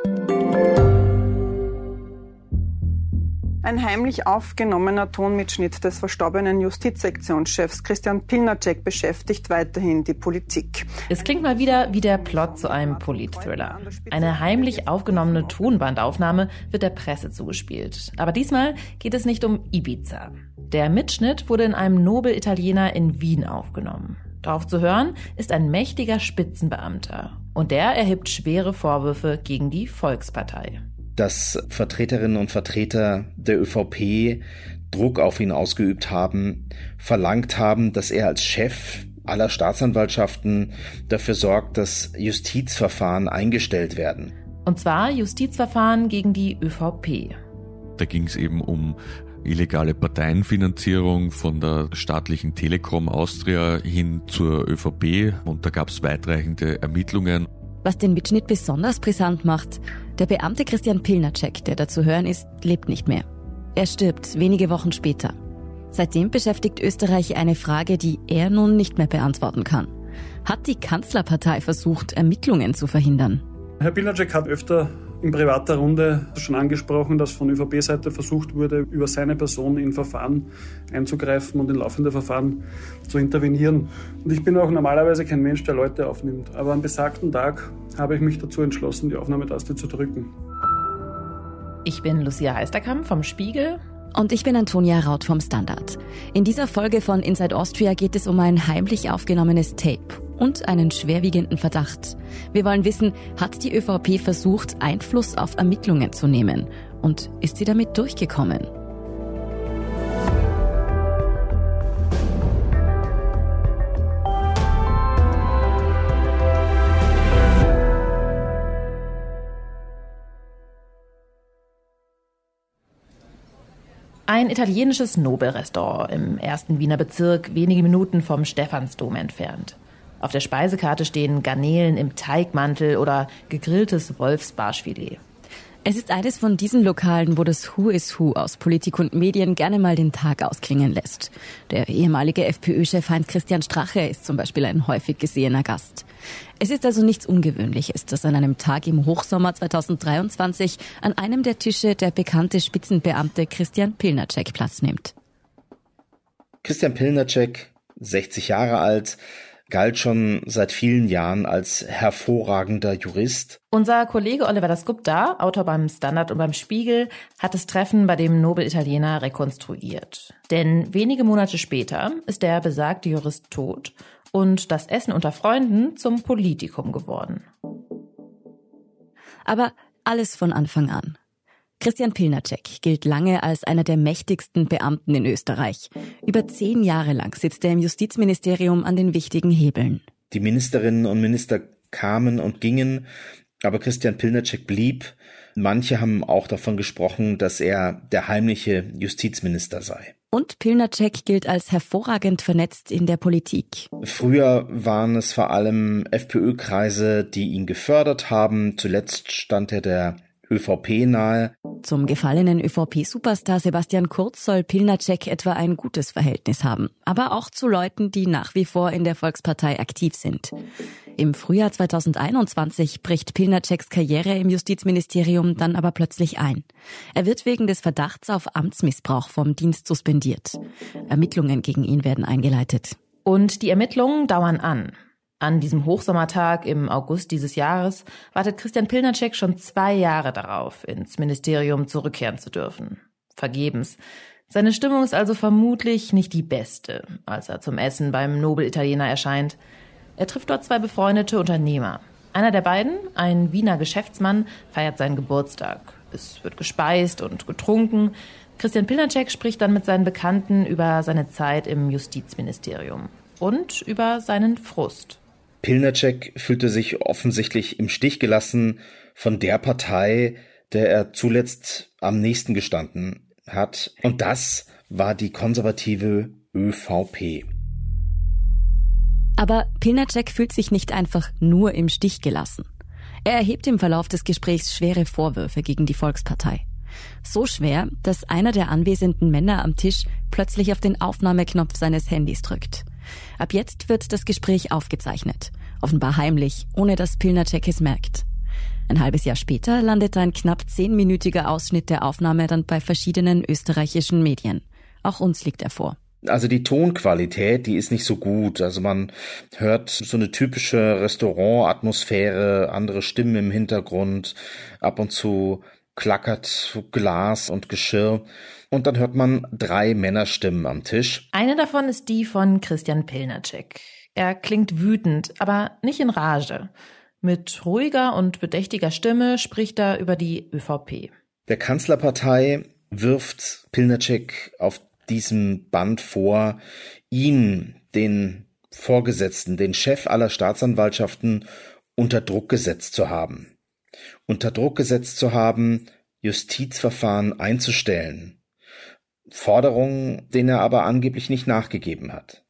Ein heimlich aufgenommener Tonmitschnitt des verstorbenen Justizsektionschefs Christian Pilnacek beschäftigt weiterhin die Politik. Es klingt mal wieder wie der Plot zu einem Politthriller. Eine heimlich aufgenommene Tonbandaufnahme wird der Presse zugespielt. Aber diesmal geht es nicht um Ibiza. Der Mitschnitt wurde in einem Nobel-Italiener in Wien aufgenommen. Darauf zu hören ist ein mächtiger Spitzenbeamter. Und der erhebt schwere Vorwürfe gegen die Volkspartei. Dass Vertreterinnen und Vertreter der ÖVP Druck auf ihn ausgeübt haben, verlangt haben, dass er als Chef aller Staatsanwaltschaften dafür sorgt, dass Justizverfahren eingestellt werden. Und zwar Justizverfahren gegen die ÖVP. Da ging es eben um illegale Parteienfinanzierung von der staatlichen Telekom Austria hin zur ÖVP und da gab es weitreichende Ermittlungen. Was den Mitschnitt besonders brisant macht, der Beamte Christian Pilnacek, der da zu hören ist, lebt nicht mehr. Er stirbt wenige Wochen später. Seitdem beschäftigt Österreich eine Frage, die er nun nicht mehr beantworten kann. Hat die Kanzlerpartei versucht, Ermittlungen zu verhindern? Herr Pilnacek hat öfter in privater Runde schon angesprochen, dass von ÖVP-Seite versucht wurde, über seine Person in Verfahren einzugreifen und in laufende Verfahren zu intervenieren. Und ich bin auch normalerweise kein Mensch, der Leute aufnimmt. Aber am besagten Tag habe ich mich dazu entschlossen, die Aufnahmetaste zu drücken. Ich bin Lucia Heisterkamp vom Spiegel. Und ich bin Antonia Raut vom Standard. In dieser Folge von Inside Austria geht es um ein heimlich aufgenommenes Tape und einen schwerwiegenden Verdacht. Wir wollen wissen, hat die ÖVP versucht, Einfluss auf Ermittlungen zu nehmen? Und ist sie damit durchgekommen? Ein italienisches Nobelrestaurant im 1. Wiener Bezirk, wenige Minuten vom Stephansdom entfernt. Auf der Speisekarte stehen Garnelen im Teigmantel oder gegrilltes Wolfsbarschfilet. Es ist eines von diesen Lokalen, wo das Who is Who aus Politik und Medien gerne mal den Tag ausklingen lässt. Der ehemalige FPÖ-Chef Heinz-Christian Strache ist zum Beispiel ein häufig gesehener Gast. Es ist also nichts Ungewöhnliches, dass an einem Tag im Hochsommer 2023 an einem der Tische der bekannte Spitzenbeamte Christian Pilnacek Platz nimmt. Christian Pilnacek, 60 Jahre alt, galt schon seit vielen Jahren als hervorragender Jurist. Unser Kollege Oliver Dasgupta, Autor beim Standard und beim Spiegel, hat das Treffen bei dem Nobel-Italiener rekonstruiert. Denn wenige Monate später ist der besagte Jurist tot und das Essen unter Freunden zum Politikum geworden. Aber alles von Anfang an. Christian Pilnacek gilt lange als einer der mächtigsten Beamten in Österreich. Über 10 Jahre lang sitzt er im Justizministerium an den wichtigen Hebeln. Die Ministerinnen und Minister kamen und gingen, aber Christian Pilnacek blieb. Manche haben auch davon gesprochen, dass er der heimliche Justizminister sei. Und Pilnacek gilt als hervorragend vernetzt in der Politik. Früher waren es vor allem FPÖ-Kreise, die ihn gefördert haben. Zuletzt stand er der ÖVP nahe. Zum gefallenen ÖVP-Superstar Sebastian Kurz soll Pilnacek etwa ein gutes Verhältnis haben. Aber auch zu Leuten, die nach wie vor in der Volkspartei aktiv sind. Im Frühjahr 2021 bricht Pilnaceks Karriere im Justizministerium dann aber plötzlich ein. Er wird wegen des Verdachts auf Amtsmissbrauch vom Dienst suspendiert. Ermittlungen gegen ihn werden eingeleitet. Und die Ermittlungen dauern an. An diesem Hochsommertag im August dieses Jahres wartet Christian Pilnacek schon 2 Jahre darauf, ins Ministerium zurückkehren zu dürfen. Vergebens. Seine Stimmung ist also vermutlich nicht die beste, als er zum Essen beim Nobel-Italiener erscheint. Er trifft dort 2 befreundete Unternehmer. Einer der beiden, ein Wiener Geschäftsmann, feiert seinen Geburtstag. Es wird gespeist und getrunken. Christian Pilnacek spricht dann mit seinen Bekannten über seine Zeit im Justizministerium und über seinen Frust. Pilnacek fühlte sich offensichtlich im Stich gelassen von der Partei, der er zuletzt am nächsten gestanden hat. Und das war die konservative ÖVP. Aber Pilnacek fühlt sich nicht einfach nur im Stich gelassen. Er erhebt im Verlauf des Gesprächs schwere Vorwürfe gegen die Volkspartei. So schwer, dass einer der anwesenden Männer am Tisch plötzlich auf den Aufnahmeknopf seines Handys drückt. Ab jetzt wird das Gespräch aufgezeichnet. Offenbar heimlich, ohne dass Pilnacek es merkt. Ein halbes Jahr später landet ein knapp 10-minütiger Ausschnitt der Aufnahme dann bei verschiedenen österreichischen Medien. Auch uns liegt er vor. Also die Tonqualität, die ist nicht so gut. Also man hört so eine typische Restaurantatmosphäre, andere Stimmen im Hintergrund, ab und zu klackert Glas und Geschirr und dann hört man 3 Männerstimmen am Tisch. Eine davon ist die von Christian Pilnacek. Er klingt wütend, aber nicht in Rage. Mit ruhiger und bedächtiger Stimme spricht er über die ÖVP. Der Kanzlerpartei wirft Pilnacek auf diesem Band vor, ihn, den Vorgesetzten, den Chef aller Staatsanwaltschaften, unter Druck gesetzt zu haben. Unter Druck gesetzt zu haben, Justizverfahren einzustellen. Forderungen, denen er aber angeblich nicht nachgegeben hat.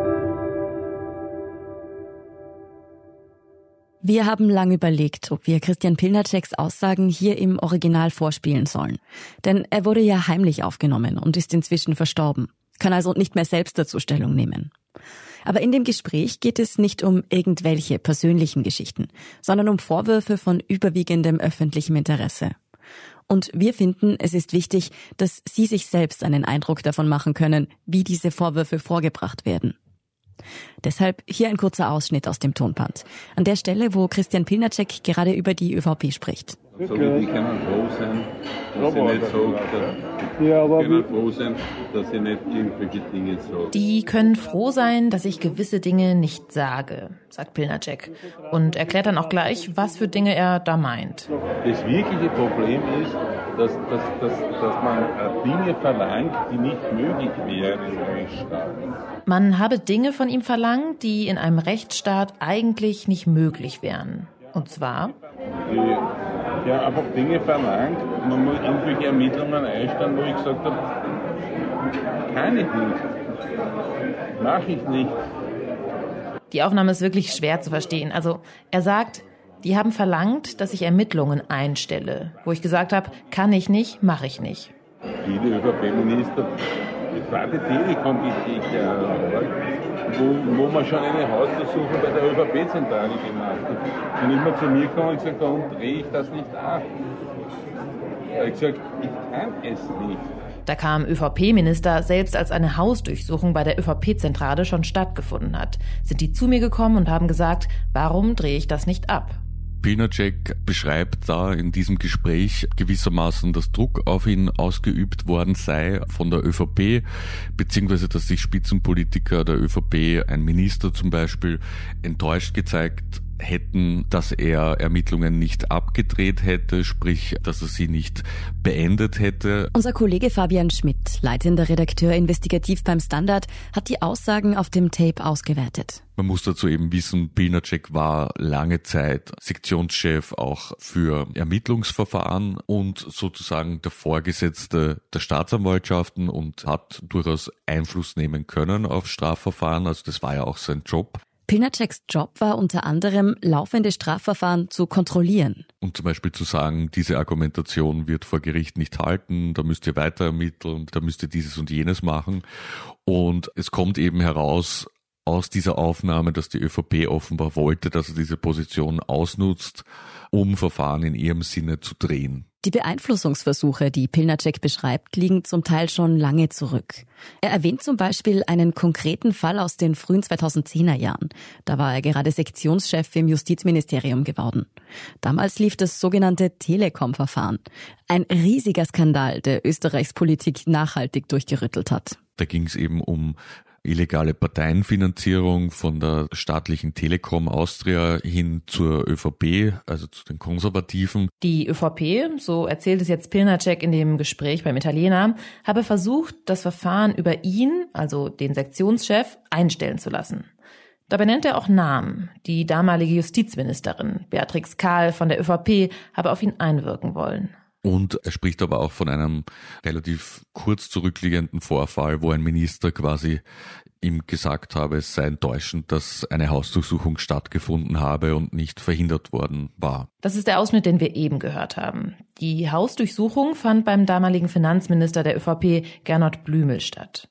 Wir haben lange überlegt, ob wir Christian Pilnaceks Aussagen hier im Original vorspielen sollen. Denn er wurde ja heimlich aufgenommen und ist inzwischen verstorben, kann also nicht mehr selbst dazu Stellung nehmen. Aber in dem Gespräch geht es nicht um irgendwelche persönlichen Geschichten, sondern um Vorwürfe von überwiegendem öffentlichem Interesse. Und wir finden, es ist wichtig, dass Sie sich selbst einen Eindruck davon machen können, wie diese Vorwürfe vorgebracht werden. Deshalb hier ein kurzer Ausschnitt aus dem Tonband. An der Stelle, wo Christian Pilnacek gerade über die ÖVP spricht. So wie die können froh sein, dass sie nicht können froh sein, dass sie nicht irgendwelche Dinge sagen. Die können froh sein, dass ich gewisse Dinge nicht sage, sagt Pilnacek. Und erklärt dann auch gleich, was für Dinge er da meint. Das wirkliche Problem ist, dass man Dinge verlangt, die nicht möglich wären in einem Rechtsstaat. Man habe Dinge von ihm verlangt, die in einem Rechtsstaat eigentlich nicht möglich wären. Und zwar? Ja, einfach Dinge verlangt. Man muss irgendwelche Ermittlungen einstellen, wo ich gesagt habe, kann ich nicht. Mache ich nicht. Die Aufnahme ist wirklich schwer zu verstehen. Also er sagt, die haben verlangt, dass ich Ermittlungen einstelle. Wo ich gesagt habe, kann ich nicht, mache ich nicht. Viele ÖVP-Minister, das war die Telekom-Geschichte, wo man schon eine Hausdurchsuchung bei der ÖVP-Zentrale gemacht hat. Und immer zu mir gekommen und gesagt, warum drehe ich das nicht ab? Da habe ich gesagt, ich kann es nicht. Da kam ÖVP-Minister, selbst als eine Hausdurchsuchung bei der ÖVP-Zentrale schon stattgefunden hat, sind die zu mir gekommen und haben gesagt, warum drehe ich das nicht ab? Pilnacek beschreibt da in diesem Gespräch gewissermaßen, dass Druck auf ihn ausgeübt worden sei von der ÖVP, beziehungsweise dass sich Spitzenpolitiker der ÖVP, ein Minister zum Beispiel, enttäuscht gezeigt hätten, dass er Ermittlungen nicht abgedreht hätte, sprich, dass er sie nicht beendet hätte. Unser Kollege Fabian Schmidt, leitender Redakteur investigativ beim Standard, hat die Aussagen auf dem Tape ausgewertet. Man muss dazu eben wissen, Pilnacek war lange Zeit Sektionschef auch für Ermittlungsverfahren und sozusagen der Vorgesetzte der Staatsanwaltschaften und hat durchaus Einfluss nehmen können auf Strafverfahren, also das war ja auch sein Job. Pilnaceks Job war unter anderem, laufende Strafverfahren zu kontrollieren. Und zum Beispiel zu sagen, diese Argumentation wird vor Gericht nicht halten, da müsst ihr weiter ermitteln, da müsst ihr dieses und jenes machen. Und es kommt eben heraus aus dieser Aufnahme, dass die ÖVP offenbar wollte, dass er diese Position ausnutzt, um Verfahren in ihrem Sinne zu drehen. Die Beeinflussungsversuche, die Pilnacek beschreibt, liegen zum Teil schon lange zurück. Er erwähnt zum Beispiel einen konkreten Fall aus den frühen 2010er Jahren. Da war er gerade Sektionschef im Justizministerium geworden. Damals lief das sogenannte Telekom-Verfahren. Ein riesiger Skandal, der Österreichs Politik nachhaltig durchgerüttelt hat. Da ging es eben um illegale Parteienfinanzierung von der staatlichen Telekom Austria hin zur ÖVP, also zu den Konservativen. Die ÖVP, so erzählt es jetzt Pilnacek in dem Gespräch beim Italiener, habe versucht, das Verfahren über ihn, also den Sektionschef, einstellen zu lassen. Dabei nennt er auch Namen. Die damalige Justizministerin Beatrix Kahl von der ÖVP habe auf ihn einwirken wollen. Und er spricht aber auch von einem relativ kurz zurückliegenden Vorfall, wo ein Minister quasi ihm gesagt habe, es sei enttäuschend, dass eine Hausdurchsuchung stattgefunden habe und nicht verhindert worden war. Das ist der Ausschnitt, den wir eben gehört haben. Die Hausdurchsuchung fand beim damaligen Finanzminister der ÖVP, Gernot Blümel, statt.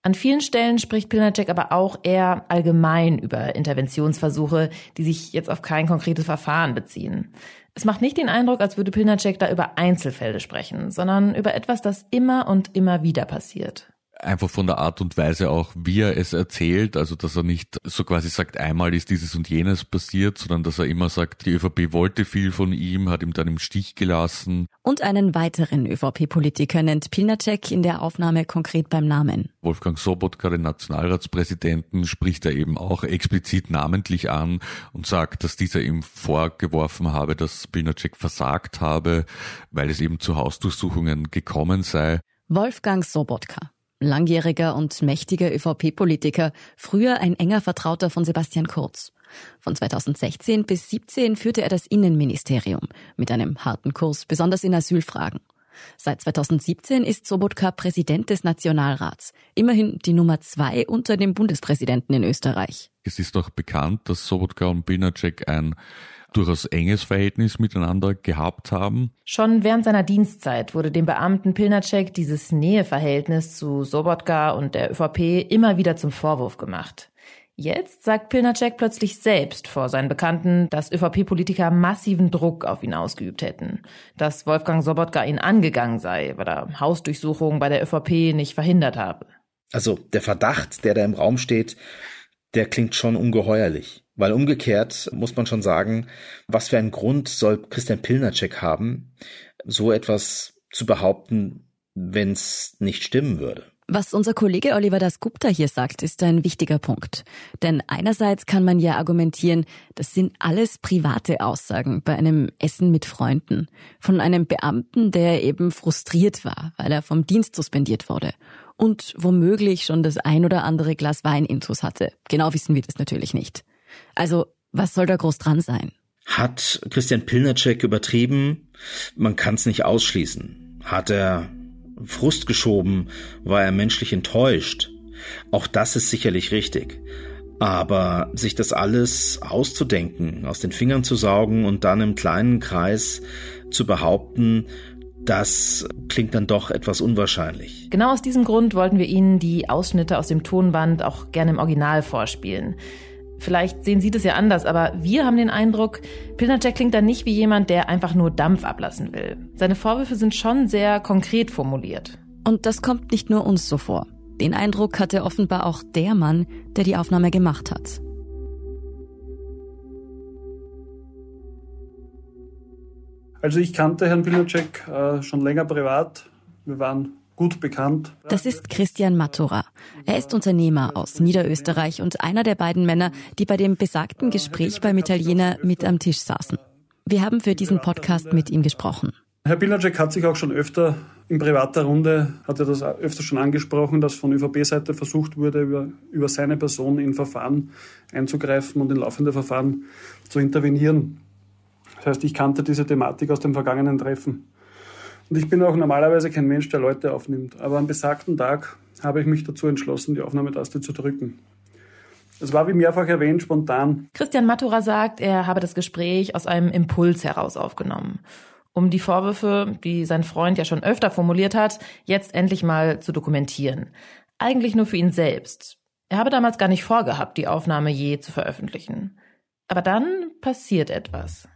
An vielen Stellen spricht Pilnacek aber auch eher allgemein über Interventionsversuche, die sich jetzt auf kein konkretes Verfahren beziehen. Es macht nicht den Eindruck, als würde Pilnacek da über Einzelfälle sprechen, sondern über etwas, das immer und immer wieder passiert. Einfach von der Art und Weise auch, wie er es erzählt, also dass er nicht so quasi sagt, einmal ist dieses und jenes passiert, sondern dass er immer sagt, die ÖVP wollte viel von ihm, hat ihm dann im Stich gelassen. Und einen weiteren ÖVP-Politiker nennt Pilnacek in der Aufnahme konkret beim Namen. Wolfgang Sobotka, den Nationalratspräsidenten, spricht er eben auch explizit namentlich an und sagt, dass dieser ihm vorgeworfen habe, dass Pilnacek versagt habe, weil es eben zu Hausdurchsuchungen gekommen sei. Wolfgang Sobotka. Langjähriger und mächtiger ÖVP-Politiker, früher ein enger Vertrauter von Sebastian Kurz. Von 2016 bis 2017 führte er das Innenministerium mit einem harten Kurs, besonders in Asylfragen. Seit 2017 ist Sobotka Präsident des Nationalrats, immerhin die Nummer 2 unter dem Bundespräsidenten in Österreich. Es ist auch bekannt, dass Sobotka und Pilnacek ein durchaus enges Verhältnis miteinander gehabt haben. Schon während seiner Dienstzeit wurde dem Beamten Pilnacek dieses Näheverhältnis zu Sobotka und der ÖVP immer wieder zum Vorwurf gemacht. Jetzt sagt Pilnacek plötzlich selbst vor seinen Bekannten, dass ÖVP-Politiker massiven Druck auf ihn ausgeübt hätten, dass Wolfgang Sobotka ihn angegangen sei, weil er Hausdurchsuchungen bei der ÖVP nicht verhindert habe. Also der Verdacht, der da im Raum steht, der klingt schon ungeheuerlich. Weil umgekehrt muss man schon sagen, was für einen Grund soll Christian Pilnacek haben, so etwas zu behaupten, wenn es nicht stimmen würde. Was unser Kollege Oliver Dasgupta hier sagt, ist ein wichtiger Punkt. Denn einerseits kann man ja argumentieren, das sind alles private Aussagen bei einem Essen mit Freunden. Von einem Beamten, der eben frustriert war, weil er vom Dienst suspendiert wurde. Und womöglich schon das ein oder andere Glas Wein intus hatte. Genau wissen wir das natürlich nicht. Also, was soll da groß dran sein? Hat Christian Pilnacek übertrieben? Man kann es nicht ausschließen. Hat er Frust geschoben? War er menschlich enttäuscht? Auch das ist sicherlich richtig. Aber sich das alles auszudenken, aus den Fingern zu saugen und dann im kleinen Kreis zu behaupten, das klingt dann doch etwas unwahrscheinlich. Genau aus diesem Grund wollten wir Ihnen die Ausschnitte aus dem Tonband auch gerne im Original vorspielen. Vielleicht sehen Sie das ja anders, aber wir haben den Eindruck, Pilnacek klingt da nicht wie jemand, der einfach nur Dampf ablassen will. Seine Vorwürfe sind schon sehr konkret formuliert. Und das kommt nicht nur uns so vor. Den Eindruck hatte offenbar auch der Mann, der die Aufnahme gemacht hat. Also ich kannte Herrn Pilnacek schon länger privat. Wir waren gut bekannt. Das ist Christian Matura. Er ist Unternehmer aus Niederösterreich und einer der beiden Männer, die bei dem besagten Gespräch beim Italiener mit am Tisch saßen. Wir haben für diesen Podcast mit ihm gesprochen. Herr Pilnacek hat sich auch schon öfter in privater Runde, hat er das öfter schon angesprochen, dass von ÖVP-Seite versucht wurde, über seine Person in Verfahren einzugreifen und in laufende Verfahren zu intervenieren. Das heißt, ich kannte diese Thematik aus dem vergangenen Treffen. Und ich bin auch normalerweise kein Mensch, der Leute aufnimmt. Aber am besagten Tag habe ich mich dazu entschlossen, die Aufnahmetaste zu drücken. Es war, wie mehrfach erwähnt, spontan. Christian Matura sagt, er habe das Gespräch aus einem Impuls heraus aufgenommen, um die Vorwürfe, die sein Freund ja schon öfter formuliert hat, jetzt endlich mal zu dokumentieren. Eigentlich nur für ihn selbst. Er habe damals gar nicht vorgehabt, die Aufnahme je zu veröffentlichen. Aber dann passiert etwas.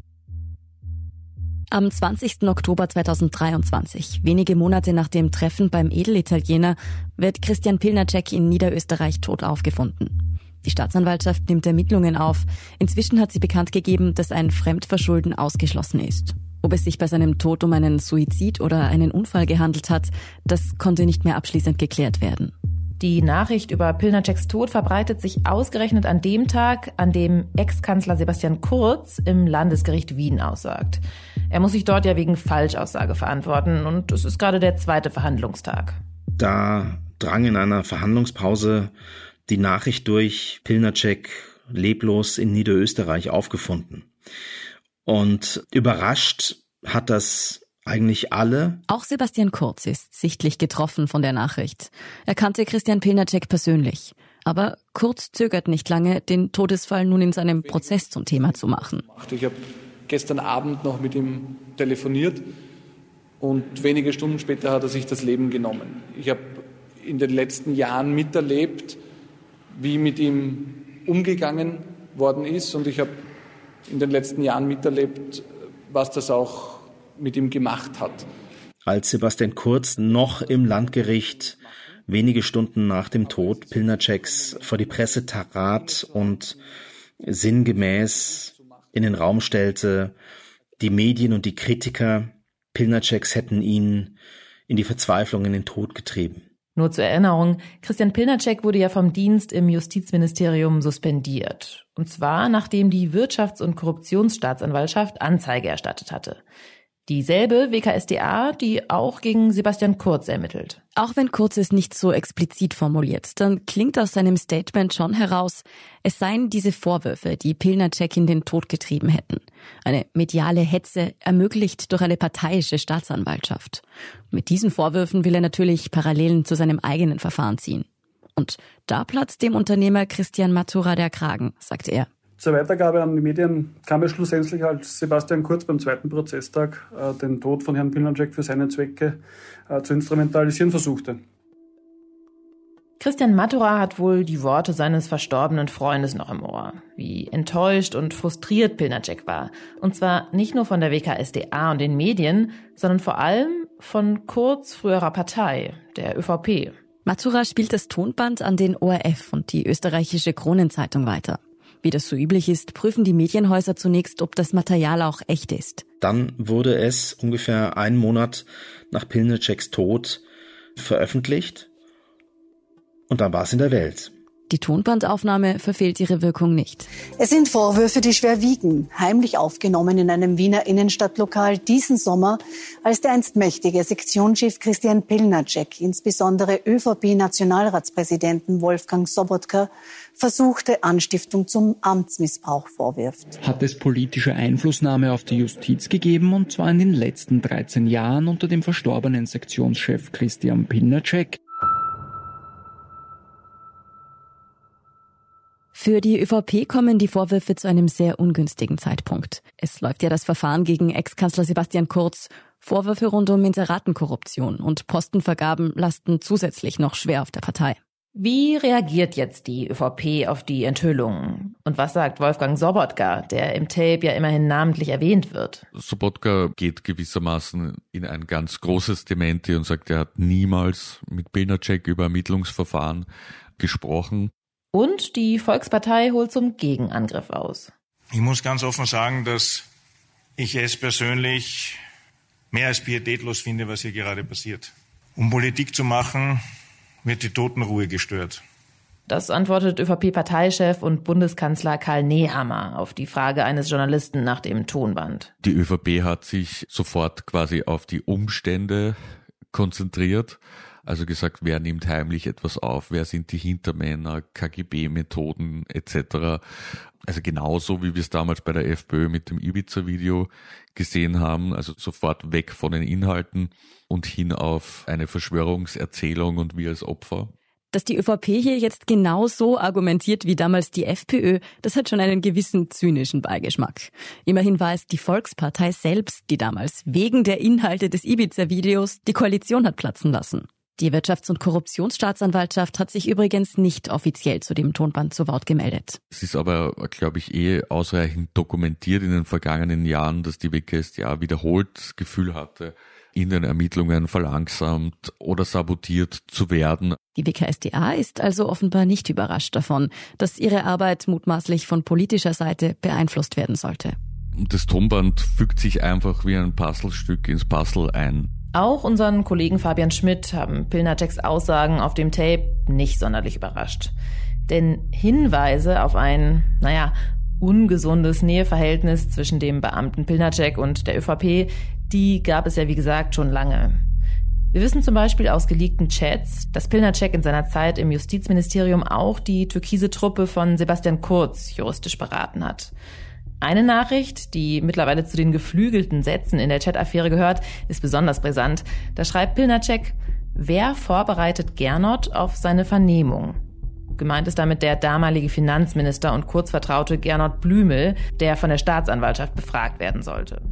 Am 20. Oktober 2023, wenige Monate nach dem Treffen beim Edelitaliener, wird Christian Pilnacek in Niederösterreich tot aufgefunden. Die Staatsanwaltschaft nimmt Ermittlungen auf. Inzwischen hat sie bekannt gegeben, dass ein Fremdverschulden ausgeschlossen ist. Ob es sich bei seinem Tod um einen Suizid oder einen Unfall gehandelt hat, das konnte nicht mehr abschließend geklärt werden. Die Nachricht über Pilnaceks Tod verbreitet sich ausgerechnet an dem Tag, an dem Ex-Kanzler Sebastian Kurz im Landesgericht Wien aussagt. Er muss sich dort ja wegen Falschaussage verantworten und es ist gerade der 2. Verhandlungstag. Da drang in einer Verhandlungspause die Nachricht durch: Pilnacek leblos in Niederösterreich aufgefunden. Und überrascht hat das eigentlich alle. Auch Sebastian Kurz ist sichtlich getroffen von der Nachricht. Er kannte Christian Pilnacek persönlich. Aber Kurz zögert nicht lange, den Todesfall nun in seinem Prozess zum Thema zu machen. Ich habe gestern Abend noch mit ihm telefoniert und wenige Stunden später hat er sich das Leben genommen. Ich habe in den letzten Jahren miterlebt, wie mit ihm umgegangen worden ist. Und ich habe in den letzten Jahren miterlebt, was das auch mit ihm gemacht hat. Als Sebastian Kurz noch im Landgericht wenige Stunden nach dem Tod Pilnaceks vor die Presse trat und sinngemäß in den Raum stellte, die Medien und die Kritiker Pilnaceks hätten ihn in die Verzweiflung, in den Tod getrieben. Nur zur Erinnerung, Christian Pilnacek wurde ja vom Dienst im Justizministerium suspendiert. Und zwar, nachdem die Wirtschafts- und Korruptionsstaatsanwaltschaft Anzeige erstattet hatte. Dieselbe WKStA, die auch gegen Sebastian Kurz ermittelt. Auch wenn Kurz es nicht so explizit formuliert, dann klingt aus seinem Statement schon heraus, es seien diese Vorwürfe, die Pilnacek in den Tod getrieben hätten. Eine mediale Hetze, ermöglicht durch eine parteiische Staatsanwaltschaft. Mit diesen Vorwürfen will er natürlich Parallelen zu seinem eigenen Verfahren ziehen. Und da platzt dem Unternehmer Christian Matura der Kragen, sagt er. Zur Weitergabe an die Medien kam es schlussendlich, als Sebastian Kurz beim zweiten Prozesstag den Tod von Herrn Pilnacek für seine Zwecke zu instrumentalisieren versuchte. Christian Matura hat wohl die Worte seines verstorbenen Freundes noch im Ohr, wie enttäuscht und frustriert Pilnacek war. Und zwar nicht nur von der WKStA und den Medien, sondern vor allem von Kurz' früherer Partei, der ÖVP. Matura spielt das Tonband an den ORF und die österreichische Kronenzeitung weiter. Wie das so üblich ist, prüfen die Medienhäuser zunächst, ob das Material auch echt ist. Dann wurde es ungefähr einen Monat nach Pilnaceks Tod veröffentlicht und dann war es in der Welt. Die Tonbandaufnahme verfehlt ihre Wirkung nicht. Es sind Vorwürfe, die schwer wiegen, heimlich aufgenommen in einem Wiener Innenstadtlokal diesen Sommer, als der einst mächtige Sektionschef Christian Pilnacek, insbesondere ÖVP-Nationalratspräsidenten Wolfgang Sobotka, versuchte Anstiftung zum Amtsmissbrauch vorwirft. Hat es politische Einflussnahme auf die Justiz gegeben, und zwar in den letzten 13 Jahren unter dem verstorbenen Sektionschef Christian Pilnacek. Für die ÖVP kommen die Vorwürfe zu einem sehr ungünstigen Zeitpunkt. Es läuft ja das Verfahren gegen Ex-Kanzler Sebastian Kurz. Vorwürfe rund um Inseratenkorruption und Postenvergaben lasten zusätzlich noch schwer auf der Partei. Wie reagiert jetzt die ÖVP auf die Enthüllungen? Und was sagt Wolfgang Sobotka, der im Tape ja immerhin namentlich erwähnt wird? Sobotka geht gewissermaßen in ein ganz großes Dementi und sagt, er hat niemals mit Pilnacek über Ermittlungsverfahren gesprochen. Und die Volkspartei holt zum Gegenangriff aus. Ich muss ganz offen sagen, dass ich es persönlich mehr als pietätlos finde, was hier gerade passiert. Um Politik zu machen, wird die Totenruhe gestört. Das antwortet ÖVP-Parteichef und Bundeskanzler Karl Nehammer auf die Frage eines Journalisten nach dem Tonband. Die ÖVP hat sich sofort quasi auf die Umstände konzentriert. Also gesagt, wer nimmt heimlich etwas auf, wer sind die Hintermänner, KGB-Methoden etc. Also genauso, wie wir es damals bei der FPÖ mit dem Ibiza-Video gesehen haben, also sofort weg von den Inhalten und hin auf eine Verschwörungserzählung und wir als Opfer. Dass die ÖVP hier jetzt genau so argumentiert wie damals die FPÖ, das hat schon einen gewissen zynischen Beigeschmack. Immerhin war es die Volkspartei selbst, die damals wegen der Inhalte des Ibiza-Videos die Koalition hat platzen lassen. Die Wirtschafts- und Korruptionsstaatsanwaltschaft hat sich übrigens nicht offiziell zu dem Tonband zu Wort gemeldet. Es ist aber, glaube ich, ausreichend dokumentiert in den vergangenen Jahren, dass die WKStA wiederholt das Gefühl hatte, in den Ermittlungen verlangsamt oder sabotiert zu werden. Die WKStA ist also offenbar nicht überrascht davon, dass ihre Arbeit mutmaßlich von politischer Seite beeinflusst werden sollte. Das Tonband fügt sich einfach wie ein Puzzlestück ins Puzzle ein. Auch unseren Kollegen Fabian Schmidt haben Pilnaceks Aussagen auf dem Tape nicht sonderlich überrascht. Denn Hinweise auf ein, ungesundes Näheverhältnis zwischen dem Beamten Pilnacek und der ÖVP, die gab es ja wie gesagt schon lange. Wir wissen zum Beispiel aus geleakten Chats, dass Pilnacek in seiner Zeit im Justizministerium auch die türkise Truppe von Sebastian Kurz juristisch beraten hat. Eine Nachricht, die mittlerweile zu den geflügelten Sätzen in der Chat-Affäre gehört, ist besonders brisant. Da schreibt Pilnacek: Wer vorbereitet Gernot auf seine Vernehmung? Gemeint ist damit der damalige Finanzminister und Kurzvertraute Gernot Blümel, der von der Staatsanwaltschaft befragt werden sollte.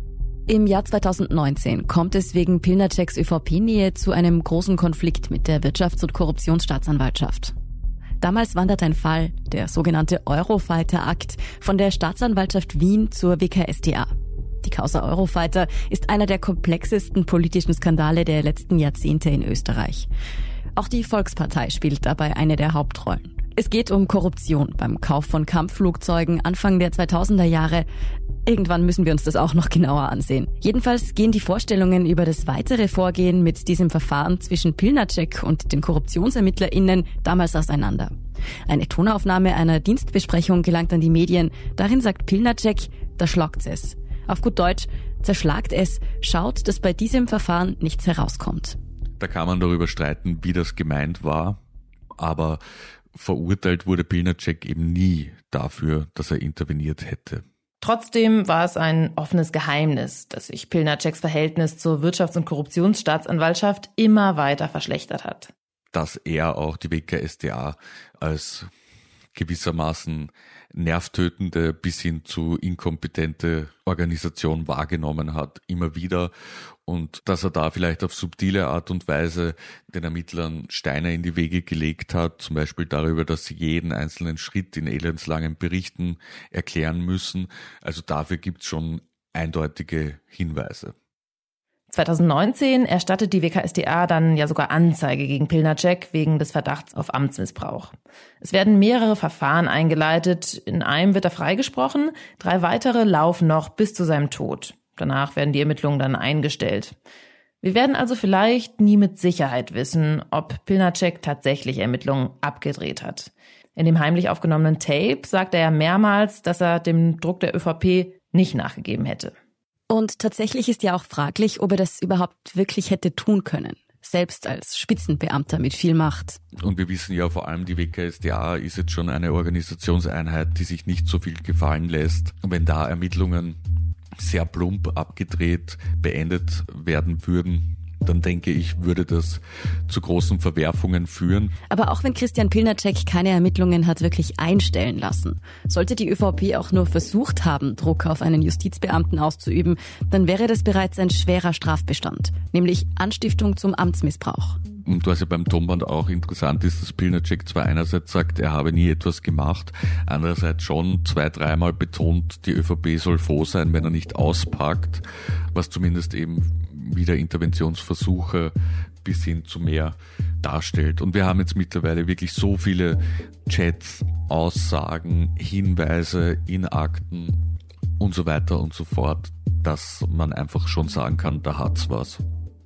Im Jahr 2019 kommt es wegen Pilnaceks ÖVP-Nähe zu einem großen Konflikt mit der Wirtschafts- und Korruptionsstaatsanwaltschaft. Damals wandert ein Fall, der sogenannte Eurofighter-Akt, von der Staatsanwaltschaft Wien zur WKStA. Die Causa Eurofighter ist einer der komplexesten politischen Skandale der letzten Jahrzehnte in Österreich. Auch die Volkspartei spielt dabei eine der Hauptrollen. Es geht um Korruption beim Kauf von Kampfflugzeugen Anfang der 2000er Jahre. Irgendwann müssen wir uns das auch noch genauer ansehen. Jedenfalls gehen die Vorstellungen über das weitere Vorgehen mit diesem Verfahren zwischen Pilnacek und den KorruptionsermittlerInnen damals auseinander. Eine Tonaufnahme einer Dienstbesprechung gelangt an die Medien. Darin sagt Pilnacek, da schlagt's es. Auf gut Deutsch, zerschlagt es, schaut, dass bei diesem Verfahren nichts herauskommt. Da kann man darüber streiten, wie das gemeint war, aber verurteilt wurde Pilnacek eben nie dafür, dass er interveniert hätte. Trotzdem war es ein offenes Geheimnis, dass sich Pilnaceks Verhältnis zur Wirtschafts- und Korruptionsstaatsanwaltschaft immer weiter verschlechtert hat. Dass er auch die WKStA als gewissermaßen nervtötende bis hin zu inkompetente Organisation wahrgenommen hat, immer wieder. Und dass er da vielleicht auf subtile Art und Weise den Ermittlern Steine in die Wege gelegt hat, zum Beispiel darüber, dass sie jeden einzelnen Schritt in elendslangen Berichten erklären müssen. Also dafür gibt's schon eindeutige Hinweise. 2019 erstattet die WKStA dann ja sogar Anzeige gegen Pilnacek wegen des Verdachts auf Amtsmissbrauch. Es werden mehrere Verfahren eingeleitet. In einem wird er freigesprochen, 3 weitere laufen noch bis zu seinem Tod. Danach werden die Ermittlungen dann eingestellt. Wir werden also vielleicht nie mit Sicherheit wissen, ob Pilnacek tatsächlich Ermittlungen abgedreht hat. In dem heimlich aufgenommenen Tape sagt er ja mehrmals, dass er dem Druck der ÖVP nicht nachgegeben hätte. Und tatsächlich ist ja auch fraglich, ob er das überhaupt wirklich hätte tun können. Selbst als Spitzenbeamter mit viel Macht. Und wir wissen ja vor allem, die WKStA ist jetzt schon eine Organisationseinheit, die sich nicht so viel gefallen lässt. Und wenn da Ermittlungen sehr plump abgedreht, beendet werden würden, dann denke ich, würde das zu großen Verwerfungen führen. Aber auch wenn Christian Pilnacek keine Ermittlungen hat wirklich einstellen lassen, sollte die ÖVP auch nur versucht haben, Druck auf einen Justizbeamten auszuüben, dann wäre das bereits ein schwerer Strafbestand, nämlich Anstiftung zum Amtsmissbrauch. Und was ja beim Tonband auch interessant ist, dass Pilnacek zwar einerseits sagt, er habe nie etwas gemacht, andererseits schon 2-3 Mal betont, die ÖVP soll froh sein, wenn er nicht auspackt, was zumindest eben wieder Interventionsversuche bis hin zu mehr darstellt. Und wir haben jetzt mittlerweile wirklich so viele Chats, Aussagen, Hinweise in Akten und so weiter und so fort, dass man einfach schon sagen kann, da hat's was.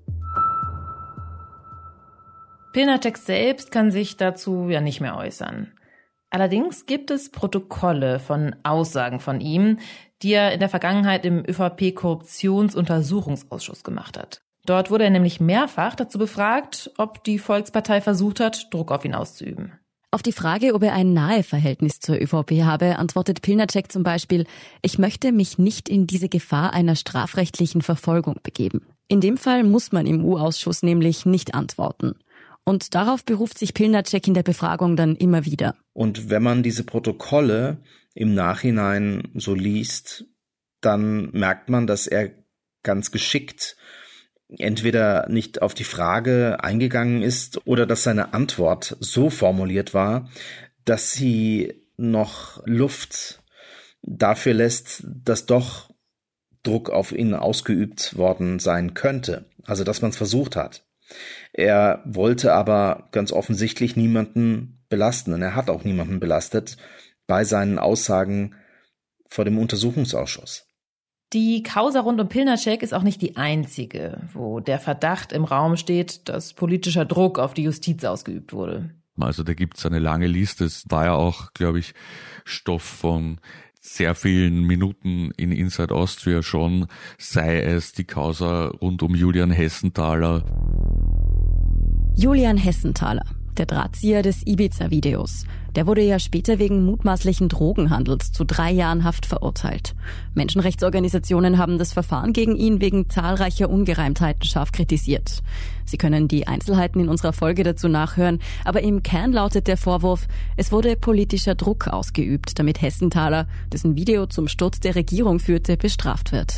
Pilnacek selbst kann sich dazu ja nicht mehr äußern. Allerdings gibt es Protokolle von Aussagen von ihm, die er in der Vergangenheit im ÖVP-Korruptionsuntersuchungsausschuss gemacht hat. Dort wurde er nämlich mehrfach dazu befragt, ob die Volkspartei versucht hat, Druck auf ihn auszuüben. Auf die Frage, ob er ein Naheverhältnis zur ÖVP habe, antwortet Pilnacek zum Beispiel, ich möchte mich nicht in diese Gefahr einer strafrechtlichen Verfolgung begeben. In dem Fall muss man im U-Ausschuss nämlich nicht antworten. Und darauf beruft sich Pilnacek in der Befragung dann immer wieder. Und wenn man diese Protokolle im Nachhinein so liest, dann merkt man, dass er ganz geschickt entweder nicht auf die Frage eingegangen ist oder dass seine Antwort so formuliert war, dass sie noch Luft dafür lässt, dass doch Druck auf ihn ausgeübt worden sein könnte. Also dass man es versucht hat. Er wollte aber ganz offensichtlich niemanden belasten und er hat auch niemanden belastet bei seinen Aussagen vor dem Untersuchungsausschuss. Die Causa rund um Pilnacek ist auch nicht die einzige, wo der Verdacht im Raum steht, dass politischer Druck auf die Justiz ausgeübt wurde. Also da gibt's eine lange Liste. Es war ja auch, glaube ich, Stoff von sehr vielen Minuten in Inside Austria schon, sei es die Causa rund um Julian Hessenthaler. Julian Hessenthaler, der Drahtzieher des Ibiza-Videos. Der wurde ja später wegen mutmaßlichen Drogenhandels zu 3 Jahren Haft verurteilt. Menschenrechtsorganisationen haben das Verfahren gegen ihn wegen zahlreicher Ungereimtheiten scharf kritisiert. Sie können die Einzelheiten in unserer Folge dazu nachhören, aber im Kern lautet der Vorwurf, es wurde politischer Druck ausgeübt, damit Hessenthaler, dessen Video zum Sturz der Regierung führte, bestraft wird.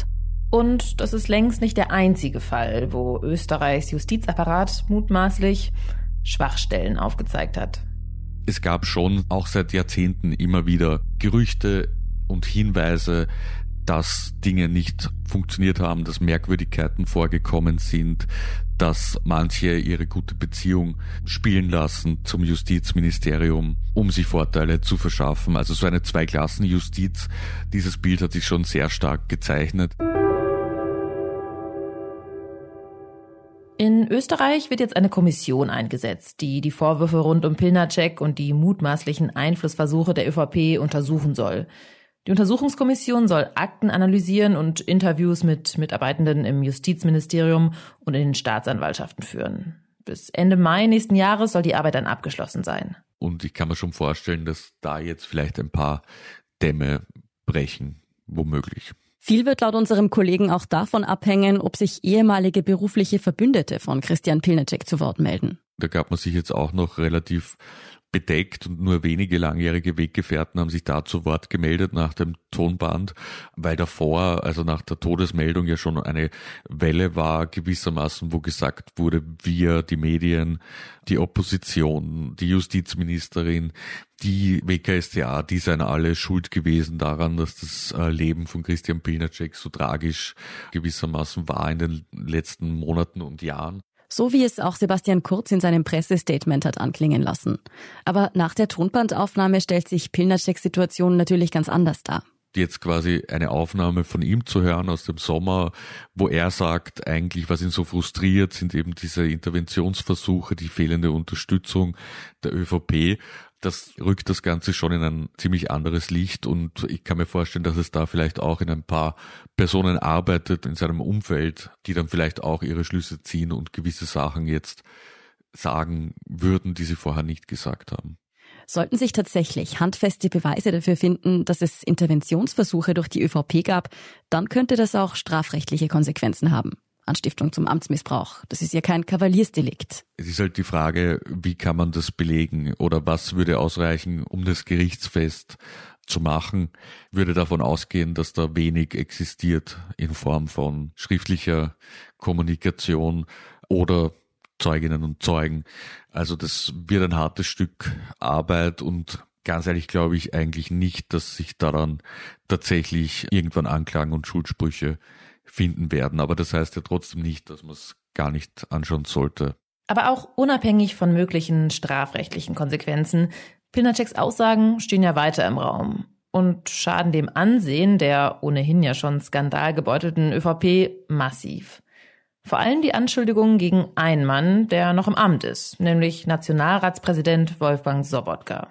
Und das ist längst nicht der einzige Fall, wo Österreichs Justizapparat mutmaßlich Schwachstellen aufgezeigt hat. Es gab schon auch seit Jahrzehnten immer wieder Gerüchte und Hinweise, dass Dinge nicht funktioniert haben, dass Merkwürdigkeiten vorgekommen sind, dass manche ihre gute Beziehung spielen lassen zum Justizministerium, um sich Vorteile zu verschaffen. Also so eine Zweiklassenjustiz, dieses Bild hat sich schon sehr stark gezeichnet. In Österreich wird jetzt eine Kommission eingesetzt, die die Vorwürfe rund um Pilnacek und die mutmaßlichen Einflussversuche der ÖVP untersuchen soll. Die Untersuchungskommission soll Akten analysieren und Interviews mit Mitarbeitenden im Justizministerium und in den Staatsanwaltschaften führen. Bis Ende Mai nächsten Jahres soll die Arbeit dann abgeschlossen sein. Und ich kann mir schon vorstellen, dass da jetzt vielleicht ein paar Dämme brechen, womöglich. Viel wird laut unserem Kollegen auch davon abhängen, ob sich ehemalige berufliche Verbündete von Christian Pilnacek zu Wort melden. Da gab man sich jetzt auch noch relativ bedeckt und nur wenige langjährige Weggefährten haben sich da zu Wort gemeldet nach dem Tonband, weil davor, also nach der Todesmeldung ja schon eine Welle war gewissermaßen, wo gesagt wurde, wir, die Medien, die Opposition, die Justizministerin, die WKStA, die seien alle schuld gewesen daran, dass das Leben von Christian Pilnacek so tragisch gewissermaßen war in den letzten Monaten und Jahren. So wie es auch Sebastian Kurz in seinem Pressestatement hat anklingen lassen. Aber nach der Tonbandaufnahme stellt sich Pilnaceks Situation natürlich ganz anders dar. Jetzt quasi eine Aufnahme von ihm zu hören aus dem Sommer, wo er sagt, eigentlich was ihn so frustriert, sind eben diese Interventionsversuche, die fehlende Unterstützung der ÖVP. Das rückt das Ganze schon in ein ziemlich anderes Licht und ich kann mir vorstellen, dass es da vielleicht auch in ein paar Personen arbeitet in seinem Umfeld, die dann vielleicht auch ihre Schlüsse ziehen und gewisse Sachen jetzt sagen würden, die sie vorher nicht gesagt haben. Sollten sich tatsächlich handfeste Beweise dafür finden, dass es Interventionsversuche durch die ÖVP gab, dann könnte das auch strafrechtliche Konsequenzen haben. Anstiftung zum Amtsmissbrauch. Das ist ja kein Kavaliersdelikt. Es ist halt die Frage, wie kann man das belegen oder was würde ausreichen, um das gerichtsfest zu machen? Ich würde davon ausgehen, dass da wenig existiert in Form von schriftlicher Kommunikation oder Zeuginnen und Zeugen. Also das wird ein hartes Stück Arbeit und ganz ehrlich glaube ich eigentlich nicht, dass sich daran tatsächlich irgendwann Anklagen und Schuldsprüche finden werden. Aber das heißt ja trotzdem nicht, dass man es gar nicht anschauen sollte. Aber auch unabhängig von möglichen strafrechtlichen Konsequenzen, Pilnaceks Aussagen stehen ja weiter im Raum und schaden dem Ansehen der ohnehin ja schon skandalgebeutelten ÖVP massiv. Vor allem die Anschuldigungen gegen einen Mann, der noch im Amt ist, nämlich Nationalratspräsident Wolfgang Sobotka.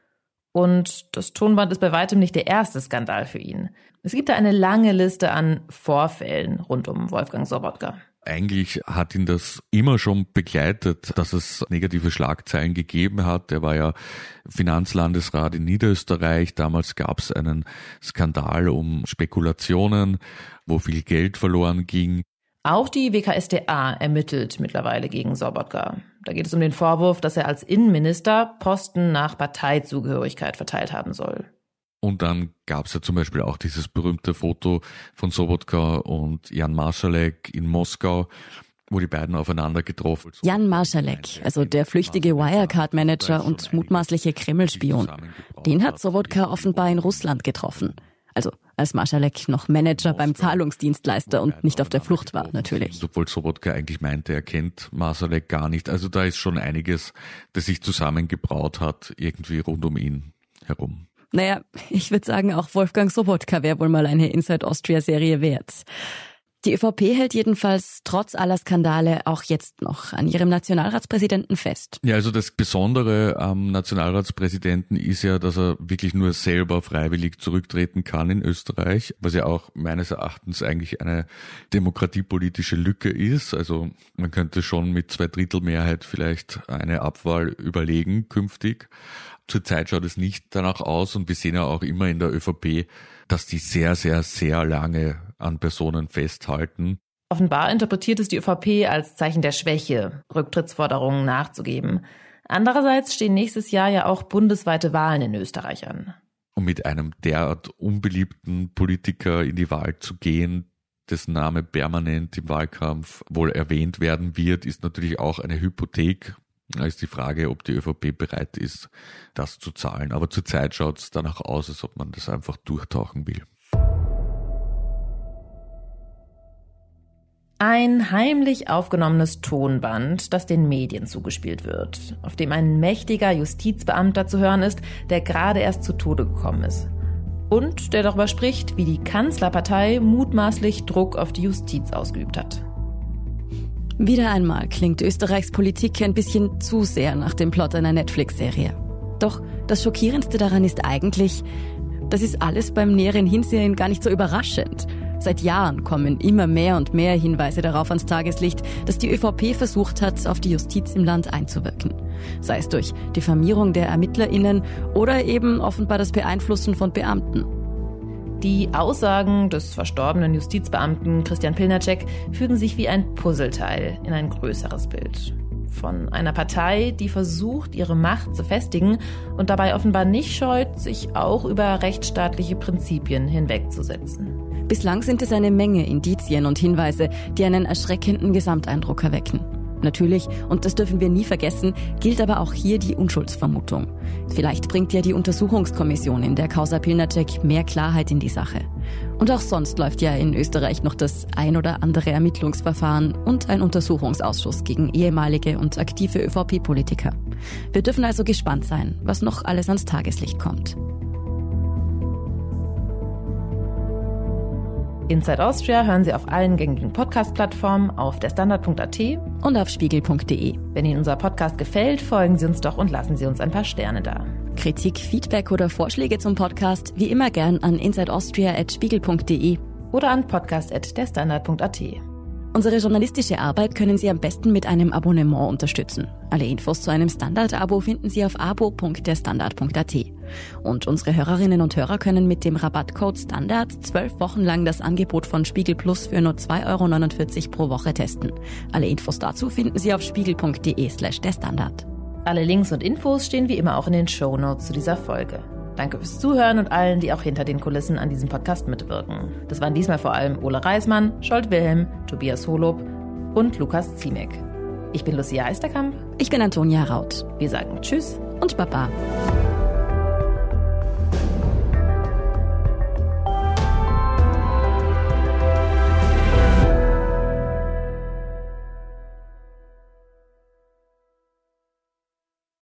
Und das Tonband ist bei weitem nicht der erste Skandal für ihn. Es gibt da eine lange Liste an Vorfällen rund um Wolfgang Sobotka. Eigentlich hat ihn das immer schon begleitet, dass es negative Schlagzeilen gegeben hat. Er war ja Finanzlandesrat in Niederösterreich. Damals gab es einen Skandal um Spekulationen, wo viel Geld verloren ging. Auch die WKStA ermittelt mittlerweile gegen Sobotka. Da geht es um den Vorwurf, dass er als Innenminister Posten nach Parteizugehörigkeit verteilt haben soll. Und dann gab es ja zum Beispiel auch dieses berühmte Foto von Sobotka und Jan Marschalek in Moskau, wo die beiden aufeinander getroffen sind. Jan Marschalek, also der flüchtige Wirecard-Manager und mutmaßliche Kreml-Spion, den hat Sobotka offenbar in Russland getroffen. Also als Marschalek noch Manager beim Zahlungsdienstleister und nicht auf der Flucht war, natürlich. Obwohl Sobotka eigentlich meinte, er kennt Marschalek gar nicht. Also da ist schon einiges, das sich zusammengebraut hat, irgendwie rund um ihn herum. Naja, ich würde sagen, auch Wolfgang Sobotka wäre wohl mal eine Inside Austria-Serie wert. Die ÖVP hält jedenfalls trotz aller Skandale auch jetzt noch an ihrem Nationalratspräsidenten fest. Ja, also das Besondere am Nationalratspräsidenten ist ja, dass er wirklich nur selber freiwillig zurücktreten kann in Österreich, was ja auch meines Erachtens eigentlich eine demokratiepolitische Lücke ist. Also man könnte schon mit 2/3 Mehrheit vielleicht eine Abwahl überlegen künftig. Zurzeit schaut es nicht danach aus und wir sehen ja auch immer in der ÖVP, dass die sehr, sehr, sehr lange an Personen festhalten. Offenbar interpretiert es die ÖVP als Zeichen der Schwäche, Rücktrittsforderungen nachzugeben. Andererseits stehen nächstes Jahr ja auch bundesweite Wahlen in Österreich an. Und mit einem derart unbeliebten Politiker in die Wahl zu gehen, dessen Name permanent im Wahlkampf wohl erwähnt werden wird, ist natürlich auch eine Hypothek. Da ist die Frage, ob die ÖVP bereit ist, das zu zahlen. Aber zurzeit schaut es danach aus, als ob man das einfach durchtauchen will. Ein heimlich aufgenommenes Tonband, das den Medien zugespielt wird, auf dem ein mächtiger Justizbeamter zu hören ist, der gerade erst zu Tode gekommen ist. Und der darüber spricht, wie die Kanzlerpartei mutmaßlich Druck auf die Justiz ausgeübt hat. Wieder einmal klingt Österreichs Politik ein bisschen zu sehr nach dem Plot einer Netflix-Serie. Doch das Schockierendste daran ist eigentlich, das ist alles beim näheren Hinsehen gar nicht so überraschend. Seit Jahren kommen immer mehr und mehr Hinweise darauf ans Tageslicht, dass die ÖVP versucht hat, auf die Justiz im Land einzuwirken. Sei es durch Diffamierung der ErmittlerInnen oder eben offenbar das Beeinflussen von Beamten. Die Aussagen des verstorbenen Justizbeamten Christian Pilnacek fügen sich wie ein Puzzleteil in ein größeres Bild. Von einer Partei, die versucht, ihre Macht zu festigen und dabei offenbar nicht scheut, sich auch über rechtsstaatliche Prinzipien hinwegzusetzen. Bislang sind es eine Menge Indizien und Hinweise, die einen erschreckenden Gesamteindruck erwecken. Natürlich, und das dürfen wir nie vergessen, gilt aber auch hier die Unschuldsvermutung. Vielleicht bringt ja die Untersuchungskommission in der Causa Pilnacek mehr Klarheit in die Sache. Und auch sonst läuft ja in Österreich noch das ein oder andere Ermittlungsverfahren und ein Untersuchungsausschuss gegen ehemalige und aktive ÖVP-Politiker. Wir dürfen also gespannt sein, was noch alles ans Tageslicht kommt. Inside Austria hören Sie auf allen gängigen Podcast-Plattformen, auf derstandard.at und auf spiegel.de. Wenn Ihnen unser Podcast gefällt, folgen Sie uns doch und lassen Sie uns ein paar Sterne da. Kritik, Feedback oder Vorschläge zum Podcast wie immer gern an insideaustria@spiegel.de oder an podcast@derstandard.at. Unsere journalistische Arbeit können Sie am besten mit einem Abonnement unterstützen. Alle Infos zu einem Standard-Abo finden Sie auf abo.derstandard.at. Und unsere Hörerinnen und Hörer können mit dem Rabattcode STANDARD 12 Wochen lang das Angebot von Spiegel Plus für nur 2,49 € pro Woche testen. Alle Infos dazu finden Sie auf spiegel.de/derstandard. Alle Links und Infos stehen wie immer auch in den Shownotes zu dieser Folge. Danke fürs Zuhören und allen, die auch hinter den Kulissen an diesem Podcast mitwirken. Das waren diesmal vor allem Ole Reismann, Scholt Wilhelm, Tobias Holub und Lukas Ziemek. Ich bin Lucia Eisterkamp. Ich bin Antonia Raut. Wir sagen Tschüss und Baba.